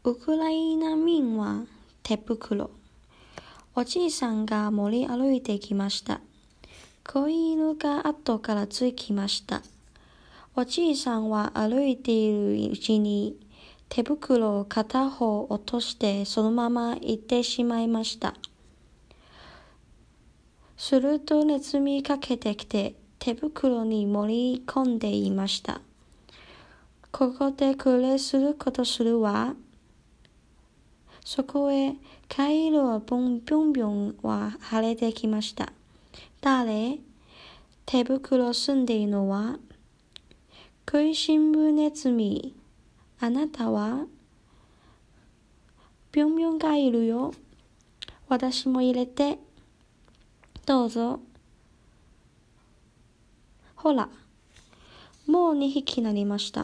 ウクライナ民は手袋。おじいさんが森歩いてきました。子犬が後からつきました。おじいさんは歩いているうちに手袋を片方落としてそのまま行ってしまいました。するとネズミかけてきて手袋に盛り込んでいました。ここでこれすることするわ。そこへカイロはボンビョンビョンは晴れてきました。誰？手袋住んでいるのは？食いしん坊ネズミ。あなたは？ビョンビョンがいるよ。私も入れて。どうぞ。ほら、もう2匹なりました。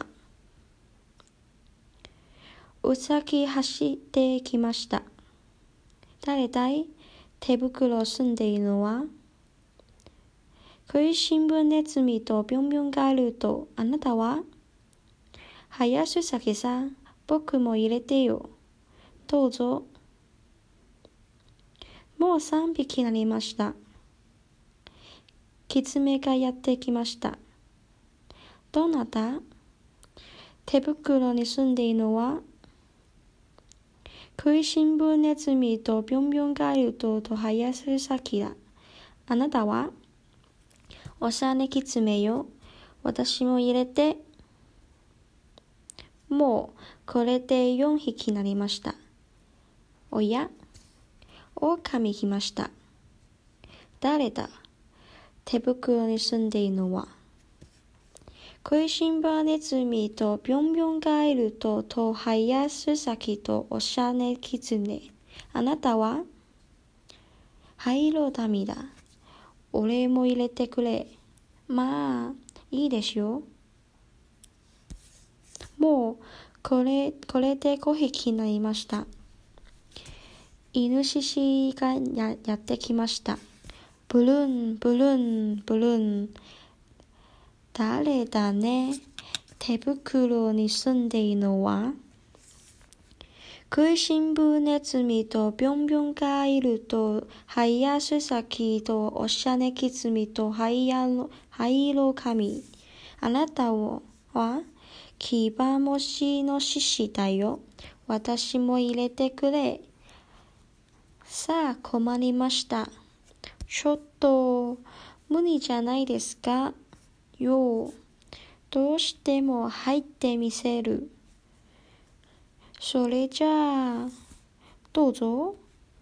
うさぎ走ってきました。誰だい？手袋住んでいるのは？食いしん坊ネズミとビョンビョンガールとあなたは？はやすさきさん、僕も入れてよ。どうぞ。もう3匹になりました。キツネがやってきました。どなた？手袋に住んでいるのは？食いしん坊ネズミとビョンビョンガールとはやすさきだ。あなたは？おしゃれキツネよ。私も入れて。もうこれで4匹になりました。おや？狼来ました。誰だ？手袋に住んでいるのは？食いしん坊ネズミとビョンビョンガエルとハヤスサキとおしゃれキツネ。あなたは？灰色民だ。俺も入れてくれ。まあ、いいでしょう。もうこれで5匹になりました。イノシシがやってきました。ブルンブルンブルン。誰だね。手袋に住んでいるのは？食いしん坊ネズミとビョンビョンガエルとハヤスサキとおしゃれキツネと灰色髪。あなたは？キバモシの獅子だよ。私も入れてくれ。さあ困りました。ちょっと無理じゃないですかよ。どうしても入ってみせる。それじゃあどうぞ。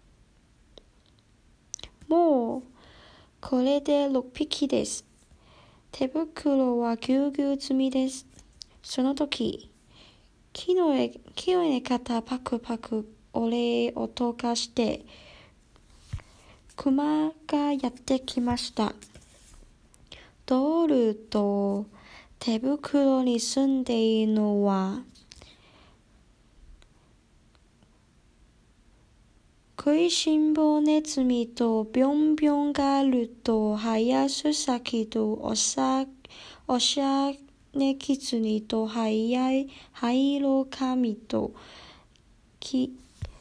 もうこれで6匹です。手袋はぎゅうぎゅう積みです。その時、木の根肩パクパク俺音がして、熊がやってきました。ドールと手袋に住んでいるのは、食いしん坊ネズミとビョンビョンガールとハヤスサキとおしゃれキツネと灰色髪とキ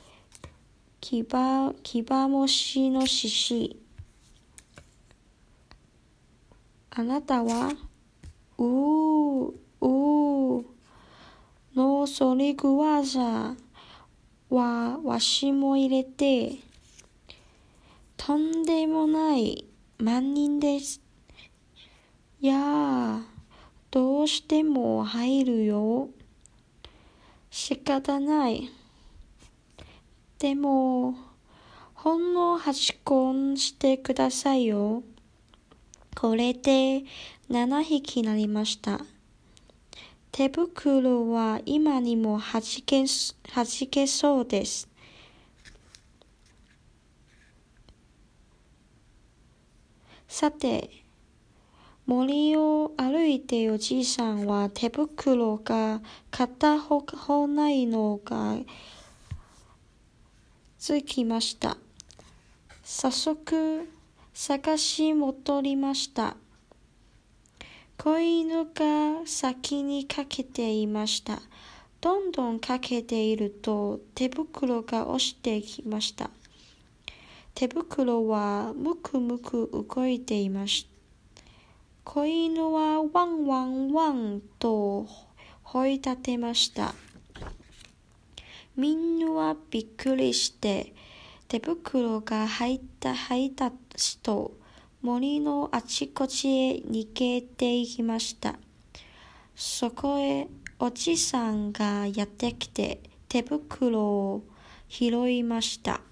バモシの獅子。あなたは？のそりぐわざわしも入れて。とんでもない万人です。やあ、どうしても入るよ。仕方ない。でも、ほんの端っこしてくださいよ。これで7匹になりました。手袋は今にもはじけそうです。さて、森を歩いておじいさんは手袋が片方ないのがつきました。早速探し戻りました。子犬が先にかけていました。 どんどんかけていると手袋が落ちてきました。手袋はむくむく動いていました。子犬はワンワンワンと吠え立てました。みんなはびっくりして手袋が入ったと森のあちこちへ逃げていきました。そこへおじさんがやってきて手袋を拾いました。